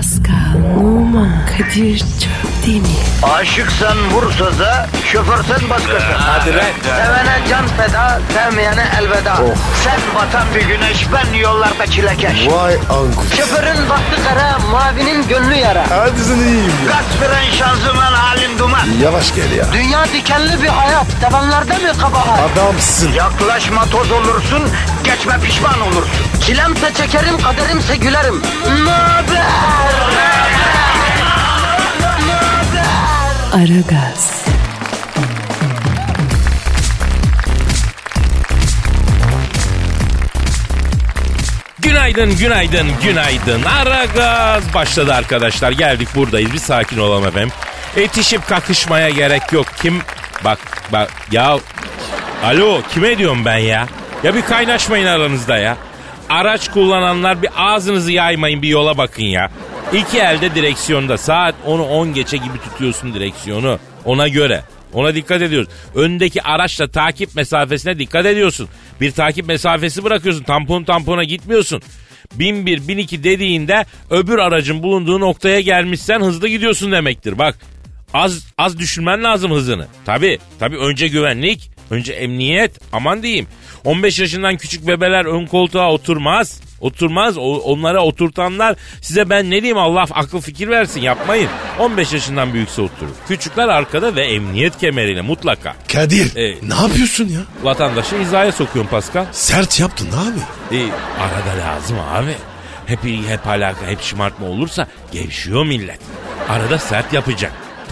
Pascal, Oman, Kadir çok değil mi? Aşıksan vursa da, şoförsen başkasın. Hadi lan. Sevene can feda, sevmeyene elveda. Sen batan bir güneş, ben yollarda çilekeş. Vay anku. Şoförün baktı kara, mavinin gönlü yara. Hadi sen iyiyim ya. Kasperen şanzıman halin duman. Yavaş gel ya. Dünya dikenli bir hayat, sevenlerde mi kabahar? Adamsın. Yaklaşma toz olursun, geçme pişman olursun. Çilemse çekerim, kaderimse gülerim. Möber! Aragaz. Günaydın, günaydın, günaydın. Aragaz başladı arkadaşlar. Geldik, buradayız. Bir sakin olalım efendim. Etişip kakışmaya gerek yok. Kim? Bak ya. Alo, kime diyorum ben ya? Ya bir kaynaşmayın aranızda ya. Araç kullananlar bir ağzınızı yaymayın, bir yola bakın ya. İki elde direksiyonda, saat 10'u 10 geçe gibi tutuyorsun direksiyonu. Ona göre. Ona dikkat ediyoruz. Öndeki araçla takip mesafesine dikkat ediyorsun. Bir takip mesafesi bırakıyorsun. Tampona gitmiyorsun. 1001, 1002 dediğinde öbür aracın bulunduğu noktaya gelmişsen hızlı gidiyorsun demektir. Bak, az düşünmen lazım hızını. Tabii önce güvenlik, önce emniyet, aman diyeyim. 15 yaşından küçük bebeler ön koltuğa oturmaz. Onlara oturtanlar size ben ne diyeyim, Allah akıl fikir versin, yapmayın. 15 yaşından büyükse oturur. Küçükler arkada ve emniyet kemeriyle mutlaka. Kadir ne yapıyorsun ya? Vatandaşı hizaya sokuyorum Pascal. Sert yaptın abi. Arada lazım abi. Hep alaka, hep şımartma olursa gevşiyor millet. Arada sert yapacak.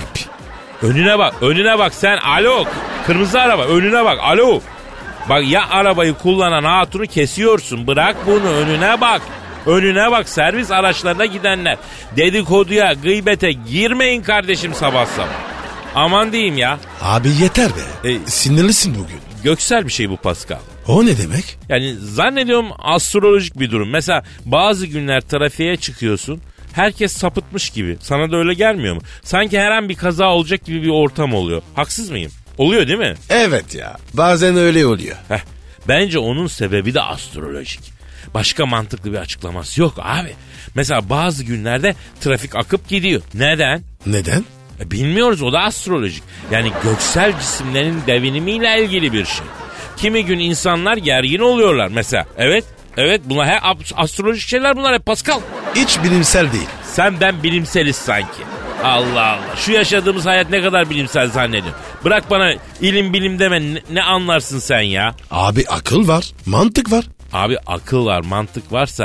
Önüne bak sen, alo. Kırmızı araba, önüne bak, alo. Bak, ya arabayı kullanan hatunu kesiyorsun. Bırak bunu, önüne bak. Servis araçlarına gidenler. Dedikoduya, gıybete girmeyin kardeşim sabah. Aman diyeyim ya. Abi yeter be. Sinirlisin bugün. Göksel bir şey bu Pascal. O ne demek? Yani zannediyorum astrolojik bir durum. Mesela bazı günler trafiğe çıkıyorsun. Herkes sapıtmış gibi. Sana da öyle gelmiyor mu? Sanki her an bir kaza olacak gibi bir ortam oluyor. Haksız mıyım? Oluyor değil mi? Evet ya. Bazen öyle oluyor. Bence onun sebebi de astrolojik. Başka mantıklı bir açıklaması yok abi. Mesela bazı günlerde trafik akıp gidiyor. Neden? Bilmiyoruz, o da astrolojik. Yani göksel cisimlerin devinimiyle ilgili bir şey. Kimi gün insanlar gergin oluyorlar mesela. Evet, bunlar hep astrolojik şeyler, bunlar hep Pascal. Hiç bilimsel değil. Ben bilimseliz sanki. Allah. Şu yaşadığımız hayat ne kadar bilimsel zannediyorum. Bırak bana ilim bilim deme, ne anlarsın sen ya? Abi akıl var, mantık var. Abi akıl var, mantık varsa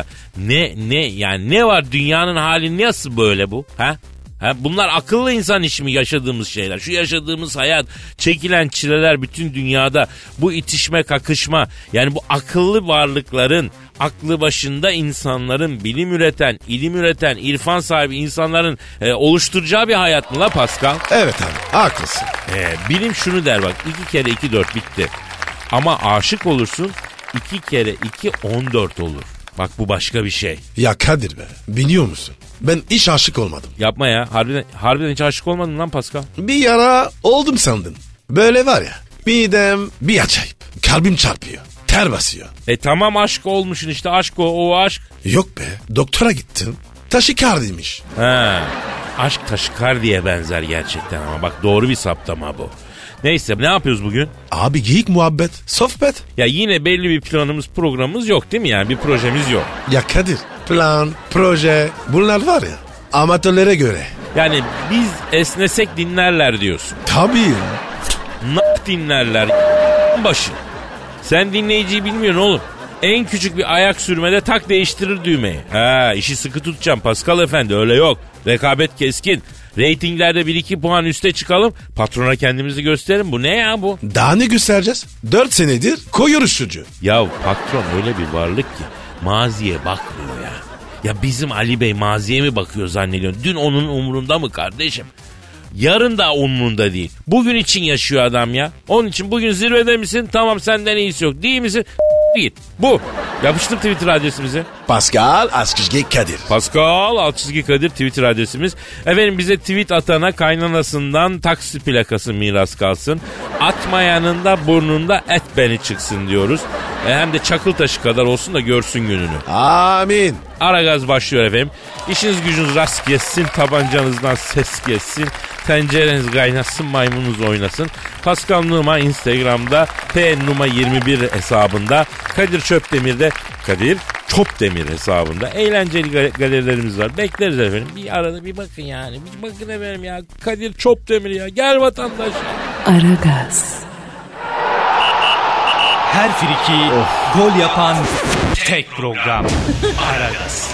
ne var, dünyanın hali nasıl böyle bu? Bunlar akıllı insan işi mi yaşadığımız şeyler? Şu yaşadığımız hayat, çekilen çileler bütün dünyada, bu itişme kakışma, yani bu akıllı varlıkların, aklı başında insanların, bilim üreten, ilim üreten, irfan sahibi insanların oluşturacağı bir hayat mı la Pascal? Evet abi, haklısın. Bilim şunu der bak, 2 kere 2 4 bitti. Ama aşık olursun, 2 kere 2 14 olur. Bak, bu başka bir şey. Ya Kadir be, biliyor musun? Ben hiç aşık olmadım. Yapma ya, harbiden hiç aşık olmadın lan Pascal. Bir ara oldum sandın. Böyle var ya, midem bir acayip. Kalbim çarpıyor, ter basıyor. Tamam, aşk olmuşsun işte, aşk o aşk. Yok be, doktora gittim. Taşikardiymiş. Aşk taşikardiye benzer gerçekten ama bak, doğru bir saptama bu. Neyse, ne yapıyoruz bugün? Abi geyik, muhabbet, sohbet. Ya yine belli bir planımız, programımız yok değil mi, yani bir projemiz yok. Ya Kadir, plan, proje, bunlar var ya, amatörlere göre. Yani biz esnesek dinlerler diyorsun. Tabii. Dinlerler başı. Sen dinleyiciyi bilmiyorsun oğlum. En küçük bir ayak sürmede tak değiştirir düğmeyi. İşi sıkı tutacağım Pascal Efendi, öyle yok. Rekabet keskin. Reytinglerde 1-2 puan üste çıkalım. Patrona kendimizi gösterin. Bu ne ya bu? Daha ne göstereceğiz? 4 senedir koyuyoruz çocuğu. Ya patron öyle bir varlık ki maziye bakmıyor ya. Ya bizim Ali Bey maziye mi bakıyor zannediyorsun? Dün onun umurunda mı kardeşim? Yarın da umurunda değil. Bugün için yaşıyor adam ya. Onun için bugün zirvede misin? Tamam, senden iyisi yok. Değil misin? Git. Bu. Yapıştır Twitter adresimize. Pascal _ Kadir. Pascal _ Kadir Twitter adresimiz. Efendim, bize tweet atana kaynanasından taksi plakası miras kalsın. Atmayanın da burnunda et beni çıksın diyoruz. Hem de çakıl taşı kadar olsun da görsün gününü. Amin. Aragaz başlıyor efendim. İşiniz gücünüz rast gelsin, tabancanızdan ses gelsin, tencereniz kaynasın, maymununuz oynasın. Pascal Numa Instagram'da, pnuma21 hesabında, Kadir Çöpdemir'de, Kadir Çopdemir hesabında eğlenceli galerilerimiz var. Bekleriz efendim. Bir arada bir bakın yani. Bir bakın efendim ya. Kadir Çopdemir ya. Gel vatandaş. Aragaz. Her friki gol yapan tek program. Aragaz.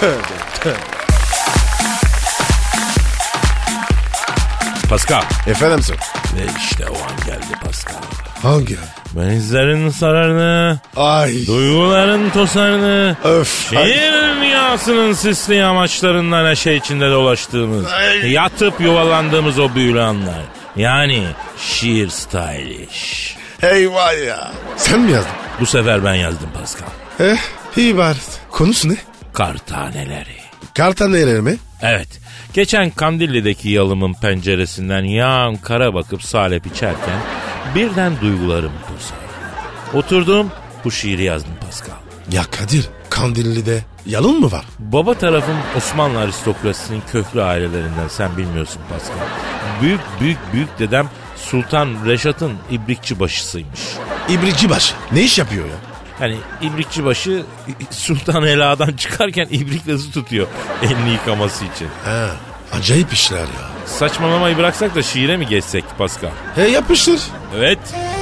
Pascal. Efendim sir. Ve işte o an geldi Pascal. Hangi? Benizlerin sararını, Ay. duyguların tosarını, Öf. şiir dünyasının sisli yamaçlarında neşe içinde dolaştığımız, yatıp yuvalandığımız o büyülü anlar. Yani şiir stylish. Eyvah ya. Sen mi yazdın? Bu sefer ben yazdım Pascal. İyi bari. Konusu ne? Kar taneleri. Kartaneleri mi? Evet. Geçen Kandilli'deki yalımın penceresinden yağan kara bakıp salep içerken birden duygularım tosardı. Oturdum, bu şiiri yazdım Pascal. Ya Kadir, Kandilli'de yalın mı var? Baba tarafım Osmanlı aristokrasisinin köklü ailelerinden, sen bilmiyorsun Pascal. Büyük dedem Sultan Reşat'ın ibrikçi başısıymış. İbrikçi başı. Ne iş yapıyor ya? Yani ibrikçi başı Sultan Ela'dan çıkarken ibrikle su tutuyor elini yıkaması için. Ha, acayip işler ya. Saçmalamayı bıraksak da şiire mi geçsek Pascal? Yapıştır. Evet.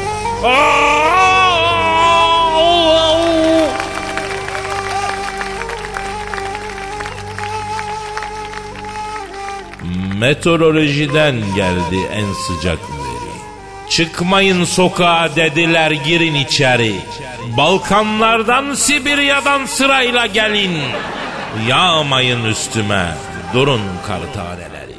Meteorolojiden geldi en sıcak veri. Çıkmayın sokağa dediler, girin içeri. Balkanlardan Sibirya'dan sırayla gelin. Yağmayın üstüme, durun kar taneleri.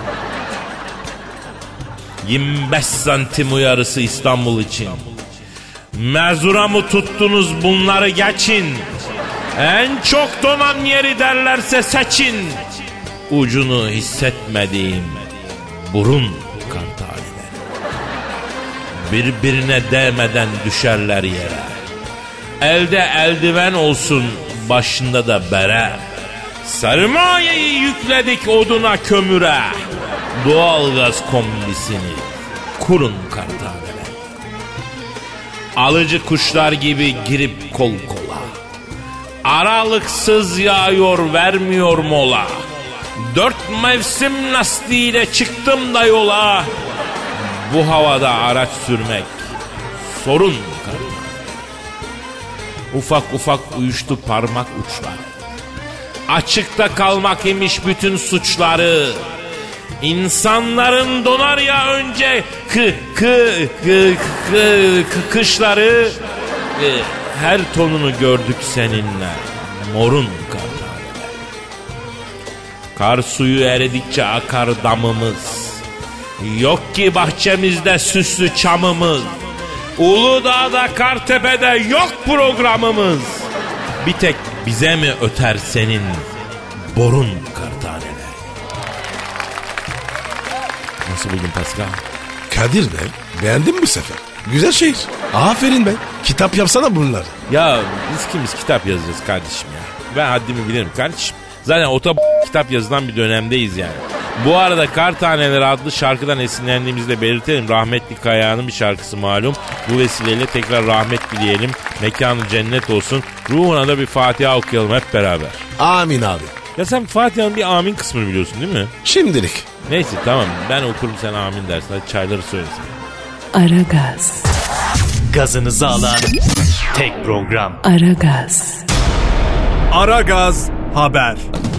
25 santim uyarısı İstanbul için. Mezura mı tuttunuz, bunları geçin. En çok donan yeri derlerse seçin. Ucunu hissetmediğim burun kar taneleri. Birbirine değmeden düşerler yere. Elde eldiven olsun, başında da bere. Sermayeyi yükledik oduna kömüre. Doğalgaz kombisini kurun kar taneleri. Alıcı kuşlar gibi girip kol kola. Aralıksız yağıyor, vermiyor mola. 4 mevsim lastiğiyle çıktım da yola. Bu havada araç sürmek sorun kar taneleri. Ufak ufak uyuştu parmak uçları. Açıkta kalmak imiş bütün suçları. İnsanların donar ya önce kışları. Her tonunu gördük seninle morun kar taneleri. Kar suyu eridikçe akar damımız. Yok ki bahçemizde süslü çamımız. Uludağ'da Kartepe'de yok programımız. Bir tek bize mi öter senin borun kar taneleri? Nasıl buldun Pascal? Kadir be, beğendin mi bu sefer? Güzel şiir. Aferin be. Kitap yapsana bunları. Ya biz kimiz kitap yazacağız kardeşim ya. Ben haddimi bilirim kardeşim. Zaten kitap yazılan bir dönemdeyiz yani. Bu arada Kar Taneleri adlı şarkıdan esinlendiğimizi de belirtelim. Rahmetli Kayağan'ın bir şarkısı malum. Bu vesileyle tekrar rahmet dileyelim. Mekanı cennet olsun. Ruhuna da bir Fatiha okuyalım hep beraber. Amin abi. Ya sen Fatiha'nın bir amin kısmını biliyorsun değil mi? Şimdilik. Neyse tamam, ben okurum sen amin dersin. Hadi çayları söylesin. Aragaz. Gazınızı alan tek program. Aragaz. Aragaz haber.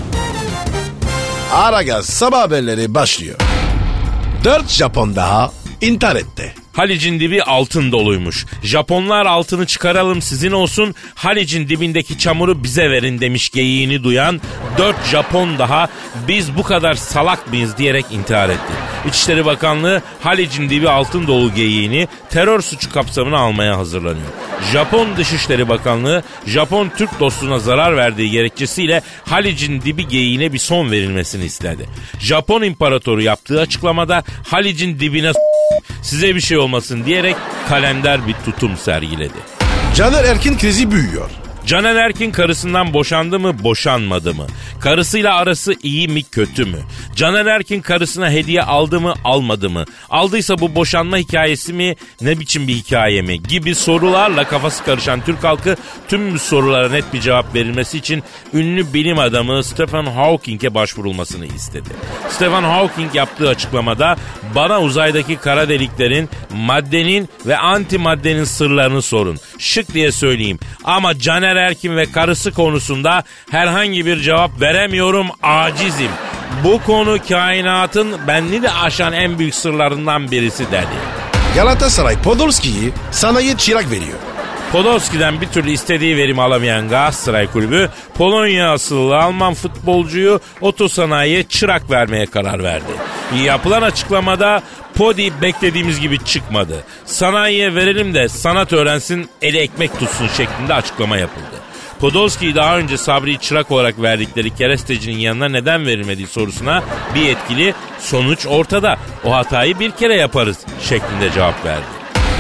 Aragaz sabah haberleri başlıyor. 4 Japon daha intihar etti. Halic'in dibi altın doluymuş. Japonlar altını çıkaralım sizin olsun, Halic'in dibindeki çamuru bize verin demiş geyiğini duyan 4 Japon daha biz bu kadar salak mıyız diyerek intihar etti. İçişleri Bakanlığı Halic'in dibi altın dolu geyiğini terör suçu kapsamına almaya hazırlanıyor. Japon Dışişleri Bakanlığı Japon Türk dostluğuna zarar verdiği gerekçesiyle Halic'in dibi geyiğine bir son verilmesini istedi. Japon İmparatoru yaptığı açıklamada Halic'in dibine size bir şey olmasın diyerek kalender bir tutum sergiledi. Caner Erkin krizi büyüyor. Caner Erkin karısından boşandı mı, boşanmadı mı? Karısıyla arası iyi mi, kötü mü? Caner Erkin karısına hediye aldı mı, almadı mı? Aldıysa bu boşanma hikayesi mi, ne biçim bir hikaye mi? Gibi sorularla kafası karışan Türk halkı tüm bu sorulara net bir cevap verilmesi için ünlü bilim adamı Stephen Hawking'e başvurulmasını istedi. Stephen Hawking yaptığı açıklamada bana uzaydaki kara deliklerin, maddenin ve antimaddenin sırlarını sorun. Şık diye söyleyeyim ama Caner Erkin ve karısı konusunda herhangi bir cevap veremiyorum, acizim. Bu konu kainatın benli de aşan en büyük sırlarından birisi dedi. Galatasaray Podolski'yi sanayi çırak veriyor. Podolski'den bir türlü istediği verimi alamayan Galatasaray Kulübü, Polonya asıllı Alman futbolcuyu otosanayiye çırak vermeye karar verdi. Yapılan açıklamada Podi beklediğimiz gibi çıkmadı. Sanayiye verelim de sanat öğrensin, eli ekmek tutsun şeklinde açıklama yapıldı. Podolski'yi daha önce Sabri'yi çırak olarak verdikleri kerestecinin yanına neden verilmediği sorusuna bir yetkili sonuç ortada. O hatayı bir kere yaparız şeklinde cevap verdi.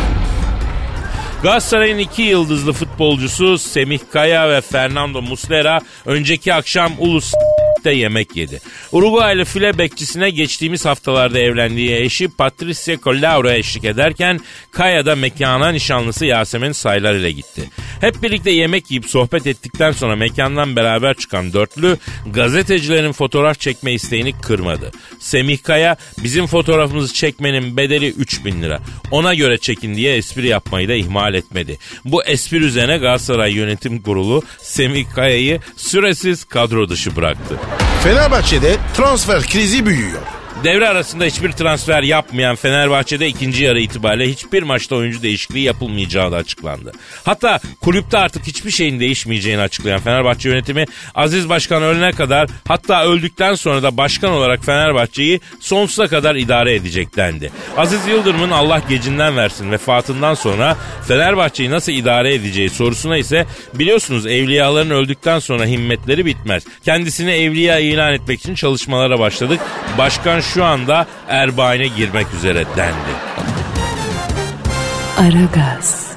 Galatasaray'ın 2 yıldızlı futbolcusu Semih Kaya ve Fernando Muslera önceki akşam Ulus'ta yemek yedi. Uruguaylı file bekçisine geçtiğimiz haftalarda evlendiği eşi Patricia Collauro eşlik ederken Kaya da mekana nişanlısı Yasemin Saylar ile gitti. Hep birlikte yemek yiyip sohbet ettikten sonra mekandan beraber çıkan dörtlü gazetecilerin fotoğraf çekme isteğini kırmadı. Semih Kaya bizim fotoğrafımızı çekmenin bedeli 3.000 lira. Ona göre çekin diye espri yapmayı da ihmal etmedi. Bu espri üzerine Galatasaray Yönetim Kurulu Semih Kaya'yı süresiz kadro dışı bıraktı. Fenerbahçe'de transfer krizi büyüyor. Devre arasında hiçbir transfer yapmayan Fenerbahçe'de ikinci yarı itibariyle hiçbir maçta oyuncu değişikliği yapılmayacağı da açıklandı. Hatta kulüpte artık hiçbir şeyin değişmeyeceğini açıklayan Fenerbahçe yönetimi Aziz Başkan ölene kadar, hatta öldükten sonra da başkan olarak Fenerbahçe'yi sonsuza kadar idare edecek dendi. Aziz Yıldırım'ın Allah gecinden versin vefatından sonra Fenerbahçe'yi nasıl idare edeceği sorusuna ise biliyorsunuz evliyaların öldükten sonra himmetleri bitmez. Kendisini evliya ilan etmek için çalışmalara başladık. Başkan şu anda Erbain'e girmek üzere dendi. Aragaz.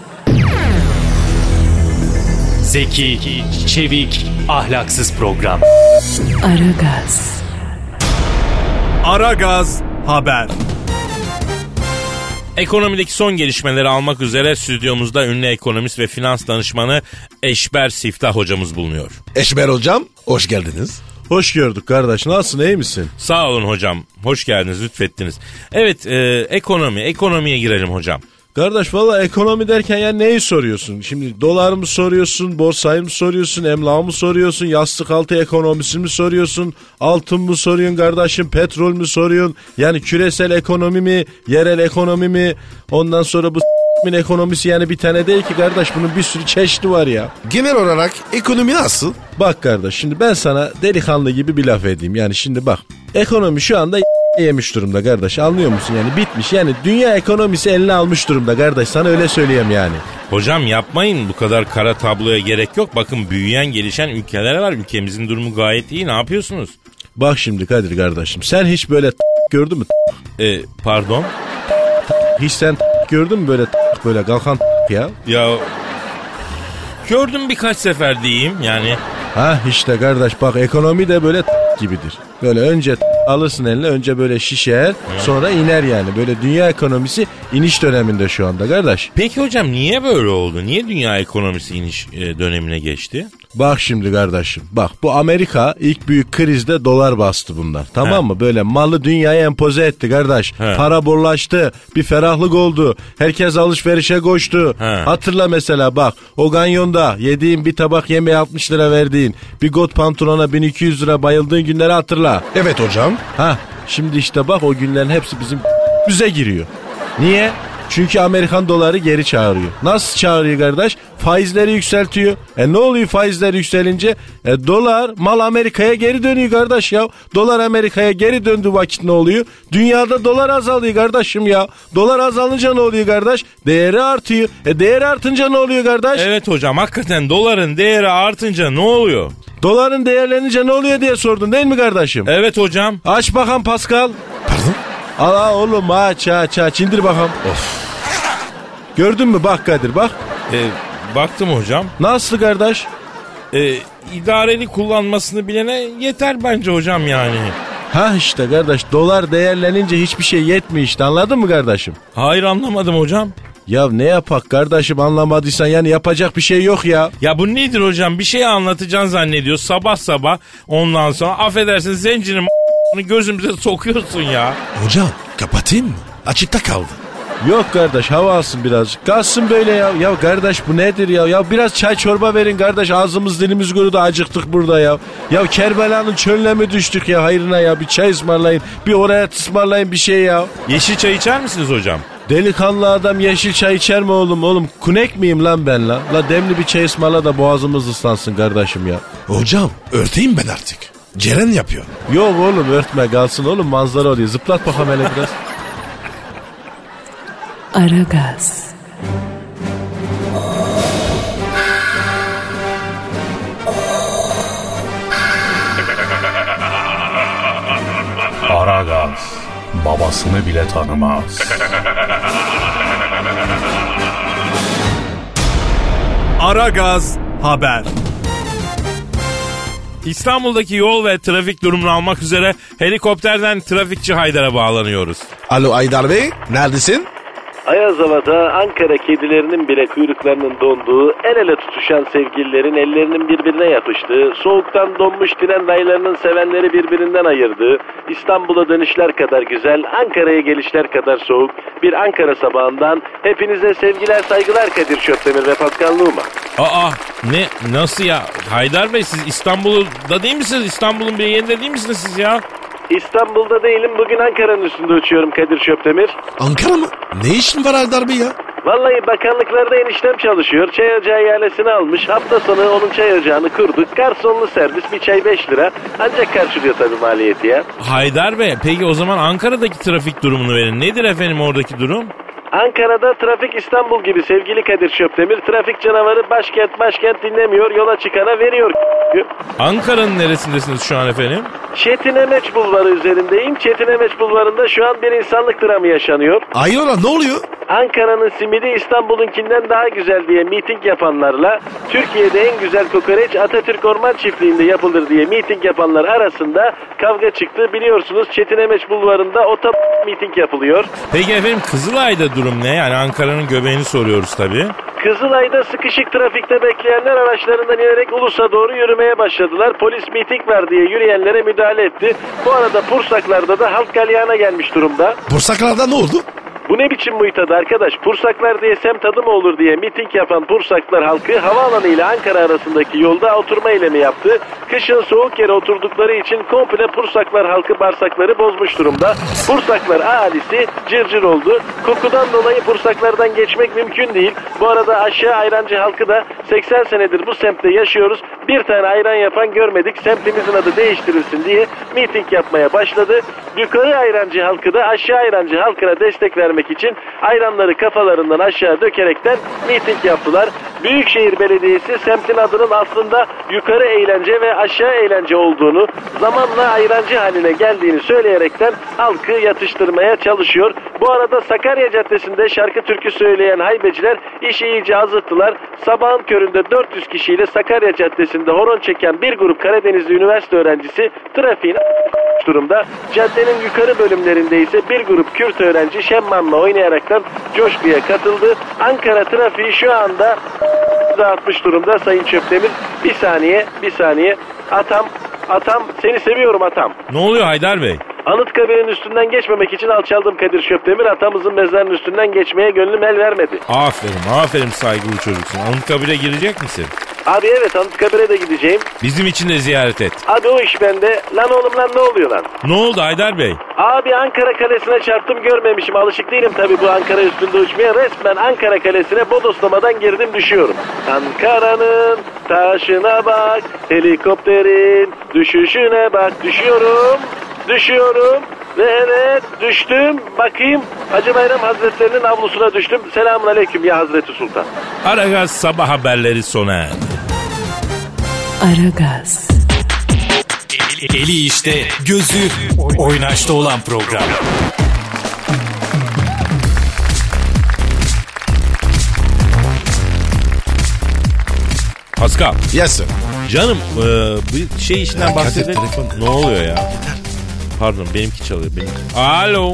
Zeki, çevik, ahlaksız program. Aragaz. Aragaz haber. Ekonomideki son gelişmeleri almak üzere stüdyomuzda ünlü ekonomist ve finans danışmanı Eşber Siftah hocamız bulunuyor. Eşber hocam hoş geldiniz. Hoş gördük kardeş. Nasılsın, iyi misin? Sağ olun hocam. Hoş geldiniz, lütfettiniz. Evet, ekonomiye girelim hocam. Kardeş valla ekonomi derken ya neyi soruyorsun? Şimdi dolar mı soruyorsun, borsayı mı soruyorsun, emlak mı soruyorsun, yastık altı ekonomisi mi soruyorsun, altın mı soruyorsun kardeşim, petrol mü soruyorsun? Yani küresel ekonomi mi, yerel ekonomi mi, ondan sonra bu ekonomisi yani bir tane değil ki kardeş, bunun bir sürü çeşidi var ya. Genel olarak ekonomi nasıl? Bak kardeş, şimdi ben sana delikanlı gibi bir laf edeyim. Yani şimdi bak, ekonomi şu anda yemiş durumda kardeş, anlıyor musun? Yani bitmiş, yani dünya ekonomisi eline almış durumda kardeş, sana öyle söyleyeyim yani. Hocam yapmayın, bu kadar kara tabloya gerek yok. Bakın büyüyen gelişen ülkeler var, ülkemizin durumu gayet iyi, ne yapıyorsunuz? Bak şimdi Kadir kardeşim, sen hiç böyle gördün mü? Pardon? Hiç sen gördün mü böyle kalkan ya? Ya gördüm birkaç sefer diyeyim yani. Ha işte kardeş bak, ekonomi de böyle gibidir. Böyle önce alırsın eline, önce böyle şişer, sonra iner yani. Böyle dünya ekonomisi iniş döneminde şu anda kardeş. Peki hocam niye böyle oldu? Niye dünya ekonomisi iniş dönemine geçti? Bak şimdi kardeşim, bak bu Amerika ilk büyük krizde dolar bastı bunlar, tamam mı? Böyle malı dünyaya empoze etti kardeş. Para bollaştı, bir ferahlık oldu, herkes alışverişe koştu. Hatırla mesela bak, o ganyonda yediğin bir tabak yemeğe 60 lira verdiğin, bir got pantolona 1200 lira bayıldığın günleri hatırla. Evet hocam. Şimdi işte bak, o günlerin hepsi bizim bize giriyor. Niye? Çünkü Amerikan doları geri çağırıyor. Nasıl çağırıyor kardeş? Faizleri yükseltiyor. Ne oluyor faizler yükselince? Dolar, mal Amerika'ya geri dönüyor kardeş ya. Dolar Amerika'ya geri döndüğü vakit ne oluyor? Dünyada dolar azalıyor kardeşim ya. Dolar azalınca ne oluyor kardeş? Değeri artıyor. Değeri artınca ne oluyor kardeş? Evet hocam, hakikaten doların değeri artınca ne oluyor? Doların değerlenince ne oluyor diye sordun değil mi kardeşim? Evet hocam. Aç bakalım Pascal. Pardon? Al oğlum, aç indir bakalım. Of. Gördün mü bak Kadir bak. Baktım hocam. Nasıl kardeş? İdareli kullanmasını bilene yeter bence hocam yani. Ha işte kardeş, dolar değerlenince hiçbir şey yetmiyor işte, anladın mı kardeşim? Hayır, anlamadım hocam. Ya ne yapak kardeşim, anlamadıysan yani yapacak bir şey yok ya. Ya bu nedir hocam? Bir şey anlatacaksın zannediyor sabah sabah, ondan sonra affedersin zencinin gözümüze sokuyorsun ya. Hocam kapatayım mı? Açıkta kaldı. Yok kardeş, hava alsın birazcık. Kalsın böyle ya. Ya kardeş bu nedir ya? Ya biraz çay çorba verin kardeş. Ağzımız dilimiz kurudu, acıktık burada ya. Ya Kerbela'nın çölüne mi düştük ya, hayrına ya. Bir çay ısmarlayın. Bir oraya ısmarlayın bir şey ya. Yeşil çay içer misiniz hocam? Delikanlı adam yeşil çay içer mi oğlum? Oğlum kunek miyim lan ben lan? La demli bir çay ısmarla da boğazımız ıslansın kardeşim ya. Hocam örteyim ben artık. Ceren yapıyor. Yok oğlum örtme, kalsın oğlum, manzara oluyor. Zıplat bakalım hele biraz. Aragaz. Aragaz babasını bile tanımaz. Aragaz haber. İstanbul'daki yol ve trafik durumunu almak üzere helikopterden trafikçi Haydar'a bağlanıyoruz. Alo Haydar Bey, neredesin? Ayaz havada Ankara kedilerinin bile kuyruklarının donduğu, el ele tutuşan sevgililerin ellerinin birbirine yapıştığı, soğuktan donmuş tren raylarının sevenleri birbirinden ayırdığı, İstanbul'a dönüşler kadar güzel, Ankara'ya gelişler kadar soğuk bir Ankara sabahından hepinize sevgiler, saygılar Kadir Çöptemir ve Pascal Numa. Nasıl ya? Haydar Bey, siz İstanbul'da değil misiniz? İstanbul'un bir yerinde değil misiniz siz ya? İstanbul'da değilim, bugün Ankara'nın üstünde uçuyorum Kadir Çöptemir. Ankara mı? Ne işin var Haydar Bey ya? Vallahi bakanlıklarda eniştem çalışıyor. Çay ocağı ihalesini almış. Hafta sonu onun çay ocağını kurduk. Garsonlu servis, bir çay 5 lira. Ancak karşılıyor tabii maliyeti ya. Haydar Bey, peki o zaman Ankara'daki trafik durumunu verin. Nedir efendim oradaki durum? Ankara'da trafik İstanbul gibi sevgili Kadir Çöptemir. Trafik canavarı başkent dinlemiyor. Yola çıkana veriyor. Ankara'nın neresindesiniz şu an efendim? Çetinemeç Bulvarı üzerindeyim. Çetinemeç Bulvarı'nda şu an bir insanlık dramı yaşanıyor. Hayrola, ne oluyor? Ankara'nın simidi İstanbul'unkinden daha güzel diye miting yapanlarla Türkiye'de en güzel kokoreç Atatürk Orman Çiftliği'nde yapılır diye miting yapanlar arasında kavga çıktı. Biliyorsunuz Çetinemeç Bulvarı'nda miting yapılıyor. Peki efendim Kızılay'da durum ne? Yani Ankara'nın göbeğini soruyoruz tabii. Kızılay'da sıkışık trafikte bekleyenler araçlarından inerek Ulus'a doğru yürümeye başladılar. Polis miting var diye yürüyenlere müdahale etti. Bu arada Pursaklar'da da halk galyana gelmiş durumda. Pursaklar'da ne oldu? Bu ne biçim muhit adı arkadaş? Pursaklar diye semt adı mı olur diye miting yapan Pursaklar halkı havaalanı ile Ankara arasındaki yolda oturma eylemi yaptı. Kışın soğuk yere oturdukları için komple Pursaklar halkı bağırsakları bozmuş durumda. Pursaklar ahalisi cırcır oldu. Kokudan dolayı Pursaklardan geçmek mümkün değil. Bu arada aşağı Ayrancı halkı da 80 senedir bu semtte yaşıyoruz. Bir tane ayran yapan görmedik. Semtimizin adı değiştirilsin diye miting yapmaya başladı. Yukarı Ayrancı halkı da aşağı Ayrancı halkına destek vermek için ayranları kafalarından aşağı dökerekten miting yaptılar. Büyükşehir Belediyesi semtin adının aslında yukarı eğlence ve aşağı eğlence olduğunu, zamanla ayrancı haline geldiğini söyleyerekten halkı yatıştırmaya çalışıyor. Bu arada Sakarya Caddesi'nde şarkı türkü söyleyen haybeciler işi iyice azıttılar. Sabahın köründe 400 kişiyle Sakarya Caddesi'nde horon çeken bir grup Karadenizli üniversite öğrencisi trafiğin durumda. Caddenin yukarı bölümlerinde ise bir grup Kürt öğrenci şemmanla oynayaraktan coşkuya katıldı. Ankara trafiği şu anda dağıtmış durumda Sayın Çöptemir. Bir saniye. Atam seni seviyorum atam. Ne oluyor Haydar Bey? Anıtkabir'in üstünden geçmemek için alçaldım Kadir Çöptemir. Atamızın mezarının üstünden geçmeye gönlüm el vermedi. Aferin saygılı çocuksun. Anıtkabir'e girecek misin? Abi evet, Anıtkabir'e de gideceğim. Bizim için de ziyaret et. Abi o iş bende. Lan oğlum lan, ne oluyor lan? Ne oldu Haydar Bey? Abi Ankara Kalesi'ne çarptım, görmemişim. Alışık değilim tabii bu Ankara üstünde uçmaya. Resmen Ankara Kalesi'ne bodoslamadan girdim düşüyorum. Ankara'nın taşına bak, helikopterin düşüşüne bak. Düşüyorum ve evet düştüm. Bakayım, Hacı Bayram Hazretlerinin avlusuna düştüm. Selamun aleyküm ya Hazreti Sultan. Aragaz sabah haberleri sona erdi. Aragaz. Eli işte, gözü oynaşta olan program. Pascal. Yes sir. Canım bir şey işinden Ya bahsedelim. Kadir, telefon. Ne oluyor ya? Pardon benimki çalıyor. Alo.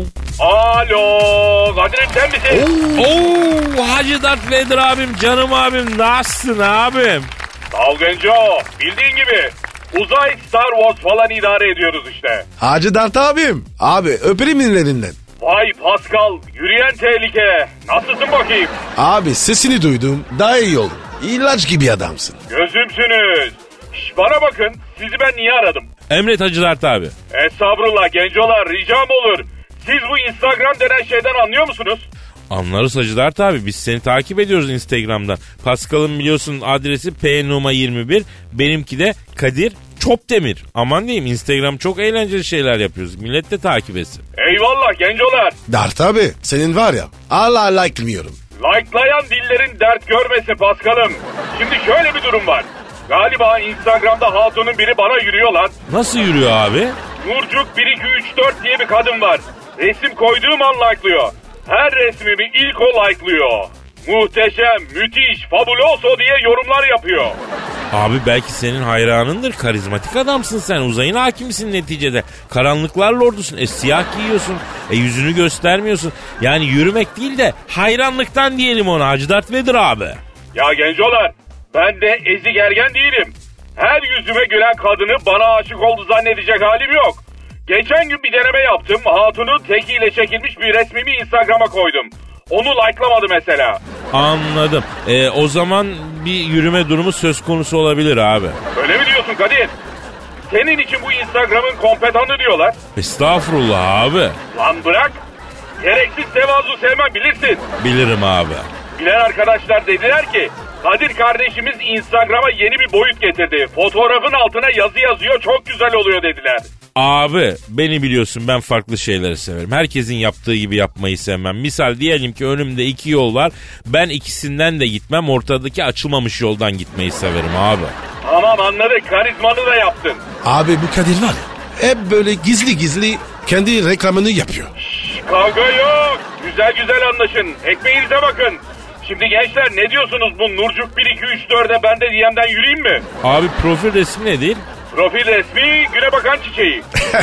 Alo Kadir'im sen misin? Oo, Hacı Darth Vader abim, canım abim, nasılsın abim? Sağ ol Genco. Bildiğin gibi uzay, Star Wars falan idare ediyoruz işte. Hacı Dert abim. Abi öperim ellerinden. Vay Pascal, yürüyen tehlike. Nasılsın bakayım? Abi sesini duydum. Daha iyi oldum. İlaç gibi adamsın. Gözümsünüz. Şş, bana bakın, sizi ben niye aradım? Emret Hacı Dert abi. Estağfurullah gencolar, ricam olur. Siz bu Instagram denen şeyden anlıyor musunuz? Anlarız Hacı Dert abi, biz seni takip ediyoruz Instagram'dan. Pascal'ın biliyorsun adresi pnuma21, benimki de Kadir Çopdemir. Aman diyeyim, Instagram çok eğlenceli şeyler yapıyoruz. Millet de takip etsin. Eyvallah gencolar. Dert abi senin var ya. Allah like'lıyorum. Like'layan dillerin dert görmesi Pascal'ım. Şimdi şöyle bir durum var. Galiba Instagram'da hatunun biri bana yürüyor lan. Nasıl yürüyor abi? Nurcuk 1234 diye bir kadın var. Resim koyduğum an like'lıyor. Her resmimi ilk o like'lıyor. Muhteşem, müthiş, fabuloso diye yorumlar yapıyor. Abi belki senin hayranındır. Karizmatik adamsın sen. Uzayın hakimisin neticede. Karanlıklar lordusun. Siyah giyiyorsun. Yüzünü göstermiyorsun. Yani yürümek değil de hayranlıktan diyelim ona Hacı Dert Vedir abi. Ya gencolar, ben de ezi gergen değilim. Her yüzüme gülen kadını bana aşık oldu zannedecek halim yok. Geçen gün bir deneme yaptım. Hatunun tekiyle çekilmiş bir resmimi Instagram'a koydum. Onu like'lamadı mesela. Anladım. O zaman bir yürüme durumu söz konusu olabilir abi. Öyle mi diyorsun Kadir? Senin için bu Instagram'ın kompetanı diyorlar. Estağfurullah abi. Lan bırak. Gereksiz tevazu sevmem bilirsin. Bilirim abi. Bilen arkadaşlar dediler ki Kadir kardeşimiz Instagram'a yeni bir boyut getirdi. Fotoğrafın altına yazı yazıyor, çok güzel oluyor dediler. Abi beni biliyorsun, ben farklı şeyleri severim. Herkesin yaptığı gibi yapmayı sevmem. Misal diyelim ki önümde iki yol var. Ben ikisinden de gitmem. Ortadaki açılmamış yoldan gitmeyi severim abi. Tamam anladık, karizmanı da yaptın. Abi bu Kadir var ya. Hep böyle gizli gizli kendi reklamını yapıyor. Kavga yok. Güzel güzel anlaşın. Ekmeğinize bakın. Şimdi gençler ne diyorsunuz bu Nurcuk 1 2 3 4'e ben de DM'den yürüyeyim mi? Abi profil resmi nedir? Profil resmi güne bakan çiçeği.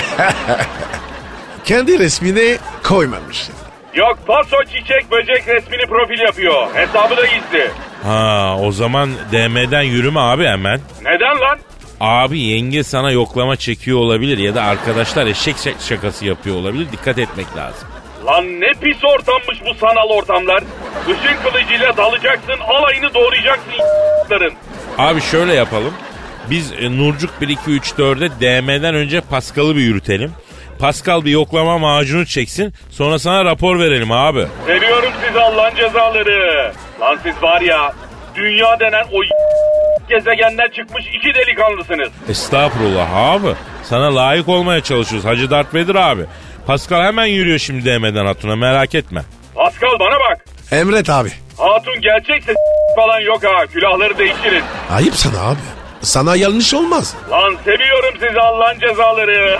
Kendi resmini koymamış. Yok paso çiçek böcek resmini profil yapıyor. Hesabı da gizli. Ha, o zaman DM'den yürüme abi hemen. Neden lan? Abi yenge sana yoklama çekiyor olabilir ya da arkadaşlar eşek şakası yapıyor olabilir. Dikkat etmek lazım. Lan ne pis ortammış bu sanal ortamlar. Işın kılıcıyla dalacaksın, alayını doğrayacaksın y***ların. Abi şöyle yapalım. Biz Nurcuk 1 2 3 4'e DM'den önce Pascal'ı bir yürütelim. Pascal bir yoklama macunu çeksin. Sonra sana rapor verelim abi. Seviyorum sizi Allah'ın cezaları. Lan siz var ya, dünya denen o gezegenden çıkmış iki delikanlısınız. Estağfurullah abi. Sana layık olmaya çalışıyoruz Hacı Darth Vader abi. Pascal hemen yürüyor şimdi DM'den Hatun'a, merak etme. Pascal bana bak. Emret abi. Hatun gerçekse falan yok ha. Külahları değiştirin. Ayıp sana abi. Sana yanlış olmaz. Lan seviyorum sizi Allah'ın cezaları.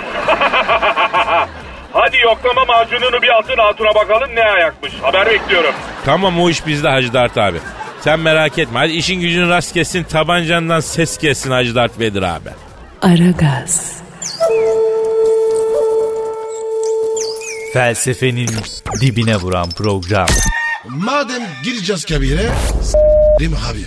Hadi yoklama macununu bir atın Hatun'a bakalım ne ayakmış. Haber bekliyorum. Tamam, o iş bizde Hacı Dert abi. Sen merak etme. Hadi işin gücün rast kessin, tabancandan ses kessin Hacı Dert Vader abi. Aragaz. Felsefenin dibine vuran program. Madem gireceğiz kabire, s***rim abi.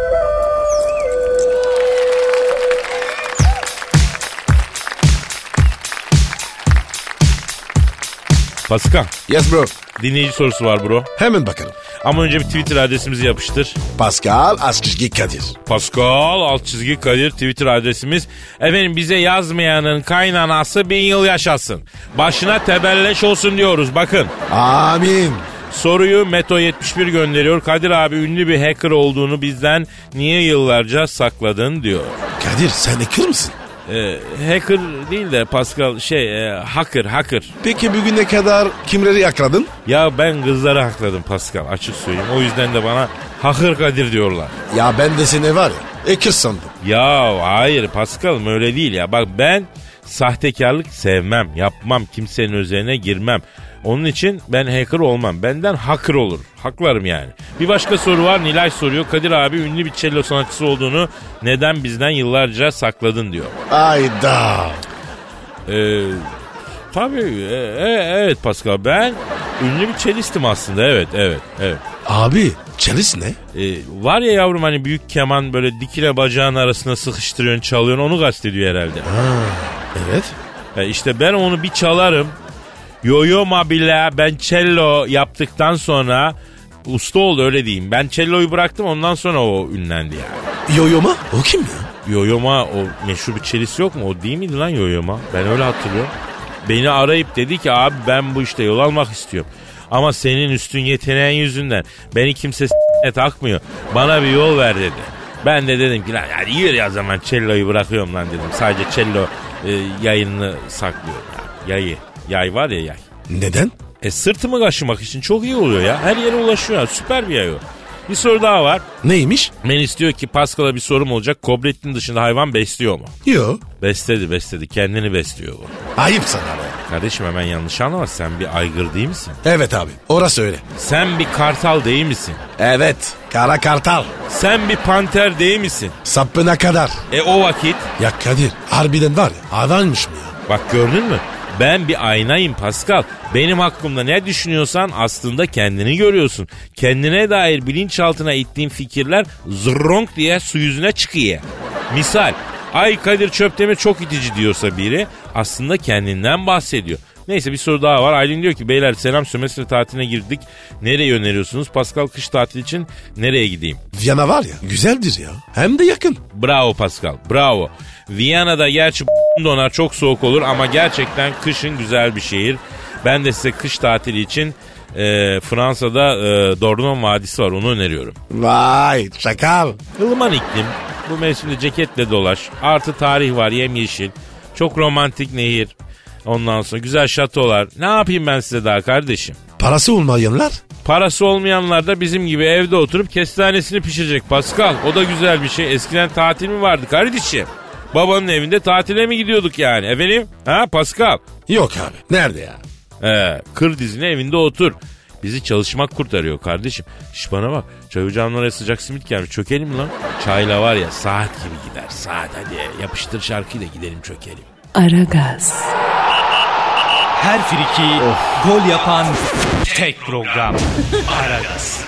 Pascal, Yes bro. dinleyici sorusu var bro. Hemen bakalım. Ama önce bir Twitter adresimizi yapıştır. Pascal Askışgi Kadir. Pascal _ Kadir Twitter adresimiz. Efendim, bize yazmayanın kaynanası 1000 yıl yaşasın. Başına tebelleş olsun diyoruz, bakın. Amin. Soruyu Meto71 gönderiyor. Kadir abi, ünlü bir hacker olduğunu bizden niye yıllarca sakladın diyor. Kadir sen hacker mısın? Hacker değil de Pascal hacker. Peki bugüne kadar kimleri yakladın? Ya ben kızları hakladım Pascal, açık söyleyeyim. O yüzden de bana Hacker Kadir diyorlar. Ya ben de seni var ya hacker sandım. Ya hayır Pascal'ım, öyle değil ya. Bak ben sahtekarlık sevmem, yapmam, kimsenin üzerine girmem. Onun için ben hacker olmam. Benden hacker olur. Haklarım yani. Bir başka soru var. Nilay soruyor. Kadir abi ünlü bir cello sanatçısı olduğunu neden bizden yıllarca sakladın diyor. Ayda. Tabii. Evet Pascal. Ben ünlü bir cellistim aslında. Evet. Abi cellist ne? Var ya yavrum hani büyük keman böyle dikile bacağın arasına sıkıştırıyorsun, çalıyorsun. Onu kastediyor herhalde. Evet. İşte ben onu bir çalarım. Yoyoma bile ben cello yaptıktan sonra usta oldu öyle diyeyim. Ben cello'yu bıraktım ondan sonra o ünlendi yani. Yoyoma? O kim ya? Yoyoma o meşhur bir cellist yok mu? O değil miydi lan Yoyoma? Ben öyle hatırlıyorum. Beni arayıp dedi ki abi ben bu işte yol almak istiyorum. Ama senin üstün yeteneğin yüzünden beni kimse takmıyor. Bana bir yol ver dedi. Ben de dedim ki lan yani yürü ya zaman cello'yu bırakıyorum lan dedim. Sadece cello yayını saklıyorum ya. Yay var ya yay. Neden? Sırtımı kaşımak için çok iyi oluyor ya. Her yere ulaşıyor ya. Süper bir yay o. Bir soru daha var. Neymiş? Melis diyor ki Pascal'a bir sorum olacak. Kobrettin dışında hayvan besliyor mu? Yok. Besledi. Kendini besliyor bu. Ayıp sana be. Kardeşim hemen yanlış anlama. Sen bir aygır değil misin? Evet abi. Orası öyle. Sen bir kartal değil misin? Evet. Kara kartal. Sen bir panter değil misin? Sapına kadar. O vakit. Ya Kadir harbiden var ya hayvanmış mı ya? Bak gördün mü? Ben bir aynayım Pascal. Benim hakkımda ne düşünüyorsan aslında kendini görüyorsun. Kendine dair bilinçaltına ittiğin fikirler zırronk diye su yüzüne çıkıyor. Misal, ay Kadir Çöptemir çok itici diyorsa biri aslında kendinden bahsediyor. Neyse bir soru daha var. Aylin diyor ki beyler selam sömestr tatiline girdik. Nereye öneriyorsunuz? Pascal kış tatili için nereye gideyim? Viyana var ya güzeldir ya. Hem de yakın. Bravo Pascal bravo. Viyana'da gerçi donar çok soğuk olur ama gerçekten kışın güzel bir şehir. Ben de size kış tatili için Fransa'da Dordogne Vadisi var onu öneriyorum. Vay çakal. Ilıman iklim. Bu mevsimde ceketle dolaş. Artı tarih var yemyeşil. Çok romantik nehir. Ondan sonra güzel şatolar. Ne yapayım ben size daha kardeşim? Parası olmayanlar? Parası olmayanlar da bizim gibi evde oturup kestanesini pişirecek Pascal. O da güzel bir şey. Eskiden tatil mi vardı kardeşim? Babanın evinde tatile mi gidiyorduk yani? Efendim? Ha Pascal? Yok abi. Nerede ya? Kır dizine evinde otur. Bizi çalışmak kurtarıyor kardeşim. Şş bana bak. Çay ocağının oraya sıcak simit gelmiş. Çökelim mi lan? Çayla var ya saat gibi gider. Saat hadi yapıştır şarkıyla gidelim çökelim. Aragaz. Her friki gol yapan tek program. Aragaz.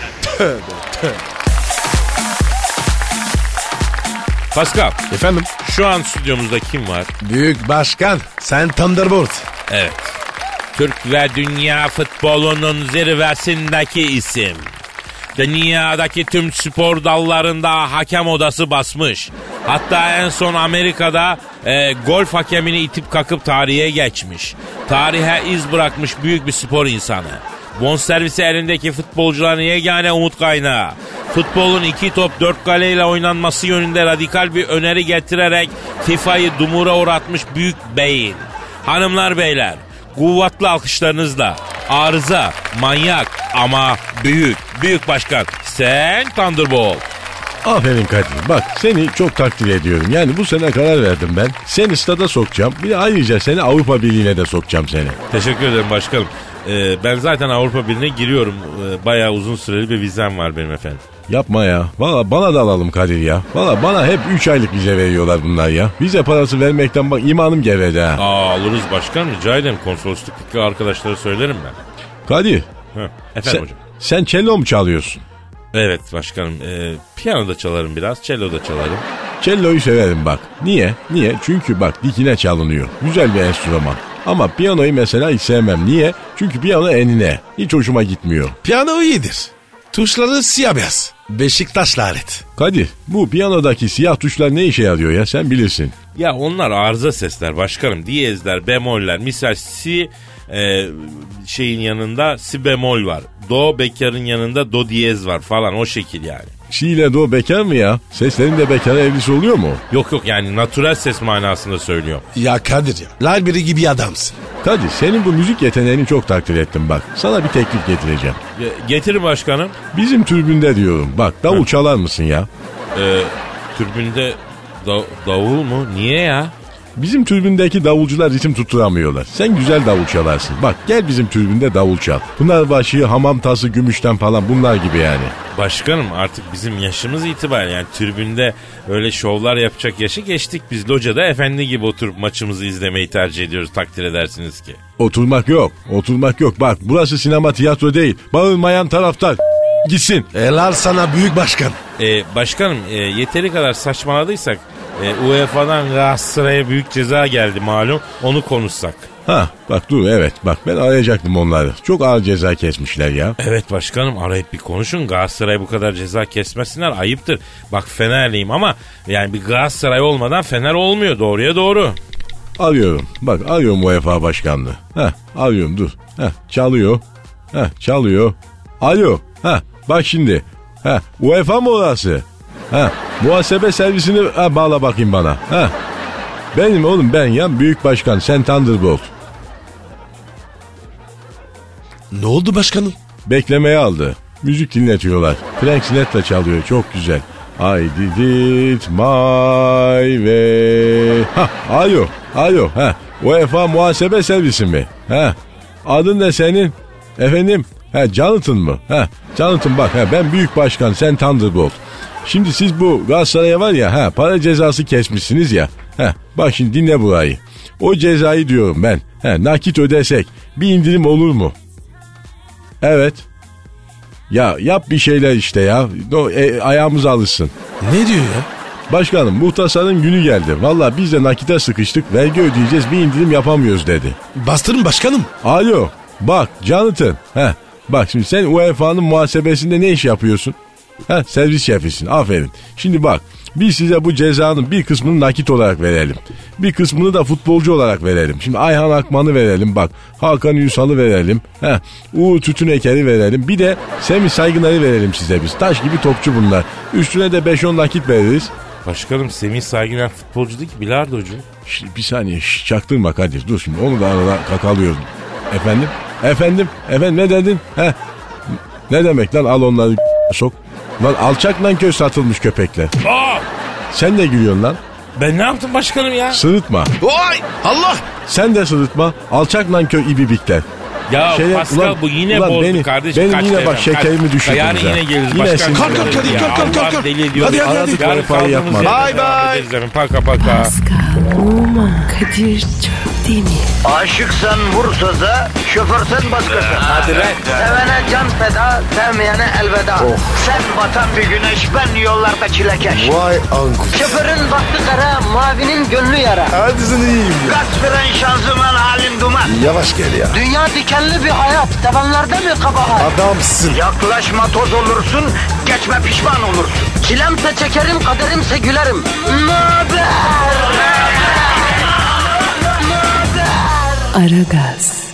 Pascal. Efendim? Şu an stüdyomuzda kim var? Büyük başkan. Sen Thunderbolt. Evet. Türk ve dünya futbolunun zirvesindeki isim. Dünyadaki tüm spor dallarında hakem odası basmış. Hatta en son Amerika'da golf hakemini itip kakıp tarihe geçmiş. Tarihe iz bırakmış büyük bir spor insanı. Bonservisi elindeki futbolcuların yegane umut kaynağı. Futbolun 2 top 4 kaleyle oynanması yönünde radikal bir öneri getirerek FIFA'yı dumura uğratmış büyük beyin. Hanımlar beyler, kuvvetli alkışlarınızla arıza, manyak ama büyük başkan sen Thunderbolt. Aferin Kadir. Bak seni çok takdir ediyorum. Yani bu sene karar verdim ben. Seni stada sokacağım. Bir de ayrıca seni Avrupa Birliği'ne de sokacağım seni. Teşekkür ederim başkanım. Ben zaten Avrupa Birliği'ne giriyorum. Bayağı uzun süreli bir vizem var benim efendim. Yapma ya. Valla bana da alalım Kadir ya. Valla bana hep 3 aylık vize veriyorlar bunlar ya. Vize parası vermekten bak imanım gevredi ha. Alırız başkanım rica ederim. Konsolosluktaki arkadaşlara söylerim ben. Kadir. Efendim hocam. Sen cello mu çalıyorsun? Evet başkanım. Piyano da çalarım biraz. Cello da çalarım. Cello'yu severim bak. Niye? Çünkü bak dikine çalınıyor. Güzel bir enstrüman. Ama piyanoyu mesela hiç sevmem. Niye? Çünkü piyano enine. Hiç hoşuma gitmiyor. Piyano iyidir. Tuşları siyah beyaz. Beşiktaşlı alet. Kadir bu piyanodaki siyah tuşlar ne işe yarıyor ya sen bilirsin. Ya onlar arıza sesler başkanım. Diyezler, bemoller. Misal si şeyin yanında si bemol var. Do bekarın yanında do diyez var falan o şekil yani. Si ile do bekar mı ya? Seslerin de bekara evlisi oluyor mu? Yok yani natürel ses manasında söylüyorum. Ya Kadir ya. Library gibi adamsın. Kadir senin bu müzik yeteneğini çok takdir ettim bak. Sana bir teklif getireceğim. Getirin başkanım. Bizim tribünde diyorum. Bak davul çalar mısın ya? Tribünde davul mu? Niye ya? Bizim tribündeki davulcular ritim tutturamıyorlar. Sen güzel davul çalarsın. Bak gel bizim tribünde davul çal. Pınarbaşı, hamam tası, gümüşten falan bunlar gibi yani. Başkanım artık bizim yaşımız itibariyle yani tribünde öyle şovlar yapacak yaşı geçtik. Biz locada efendi gibi oturup maçımızı izlemeyi tercih ediyoruz, takdir edersiniz ki. Oturmak yok. Oturmak yok. Bak burası sinema tiyatro değil. Bağırmayan taraftar gitsin. Helal sana büyük başkan. Başkanım yeteri kadar saçmaladıysak UEFA'dan Galatasaray'a büyük ceza geldi malum, onu konuşsak. Ha bak dur evet bak ben arayacaktım onları. Çok ağır ceza kesmişler ya. Evet başkanım, arayıp bir konuşun. Galatasaray bu kadar ceza kesmesinler, ayıptır. Bak Fenerliyim ama yani bir Galatasaray olmadan Fener olmuyor, doğruya doğru. Arıyorum bak arıyorum UEFA başkanlığı. Arıyorum dur. Çalıyor. Çalıyor. Alo. Bak şimdi. UEFA mı orası? Muhasebe servisini bağla bakayım bana. Benim oğlum ben ya büyük başkan sen Thunderbolt. Ne oldu başkanım? Beklemeye aldı. Müzik dinletiyorlar. Frank Sinatra çalıyor çok güzel. I did it my way. Alo. UEFA muhasebe servisi mi? Adın ne senin? Efendim? Jonathan mı? Jonathan bak ben büyük başkan sen Thunderbolt. Şimdi siz bu Galatasaray'a var ya para cezası kesmişsiniz ya. Bak şimdi dinle burayı. O cezayı diyorum ben. Nakit ödesek bir indirim olur mu? Evet. Ya yap bir şeyler işte ya. Ayağımız alışsın. Ne diyor ya? Başkanım muhtasarın günü geldi. Valla biz de nakite sıkıştık. Vergi ödeyeceğiz bir indirim yapamıyoruz dedi. Bastırın başkanım. Alo. Bak Jonathan. Bak şimdi sen UEFA'nın muhasebesinde ne iş yapıyorsun? Servis şefisin. Aferin. Şimdi bak biz size bu cezanın bir kısmını nakit olarak verelim. Bir kısmını da futbolcu olarak verelim. Şimdi Ayhan Akman'ı verelim bak. Hakan Ünsal'ı verelim. Uğur Tütüneker'i verelim. Bir de Semih Saygıner'i verelim size biz. Taş gibi topçu bunlar. Üstüne de 5-10 nakit veririz. Başkanım Semih Saygıner futbolcu değil ki, bilardocu. Bir saniye çaktırma Kadir. Dur şimdi onu da arada kakalıyoruz. Efendim ne dedin? Ne demek lan al onları sok. Lan alçak nankör satılmış köpekler. Sen de gülüyorsun lan. Ben ne yaptım başkanım ya? Sırıtma. Oy Allah. Sen de sırıtma. Alçak nankör ibibikler. Ya Pascal bu yine bozdu kardeşim. Benim yine bak şekerimi düşürdün. Yani yine geliriz başkan. Kalk Kadir. Deli diyor. Hadi. UEFA yapma. Bye. Paka. Pascal, Oman, Kadir çok değil mi? Aşıksan vursa da, şoförsen başkasın. Hadi lan. Sevene can feda, sevmeyene elveda. Sen batan bir güneş, ben yollarda çilekeş. Vay anku. Şoförün baktı kara, mavinin gönlü yara. Hadi sen iyiyim ya. Kasperen şanzıman halin duman. Yavaş gel ya. Dünya dikenli bir hayat, sevenlerde mi kabahar? Adamsın. Yaklaşma toz olursun, geçme pişman olursun. Çilemse çekerim, kaderimse gülerim. Möber! Aragaz.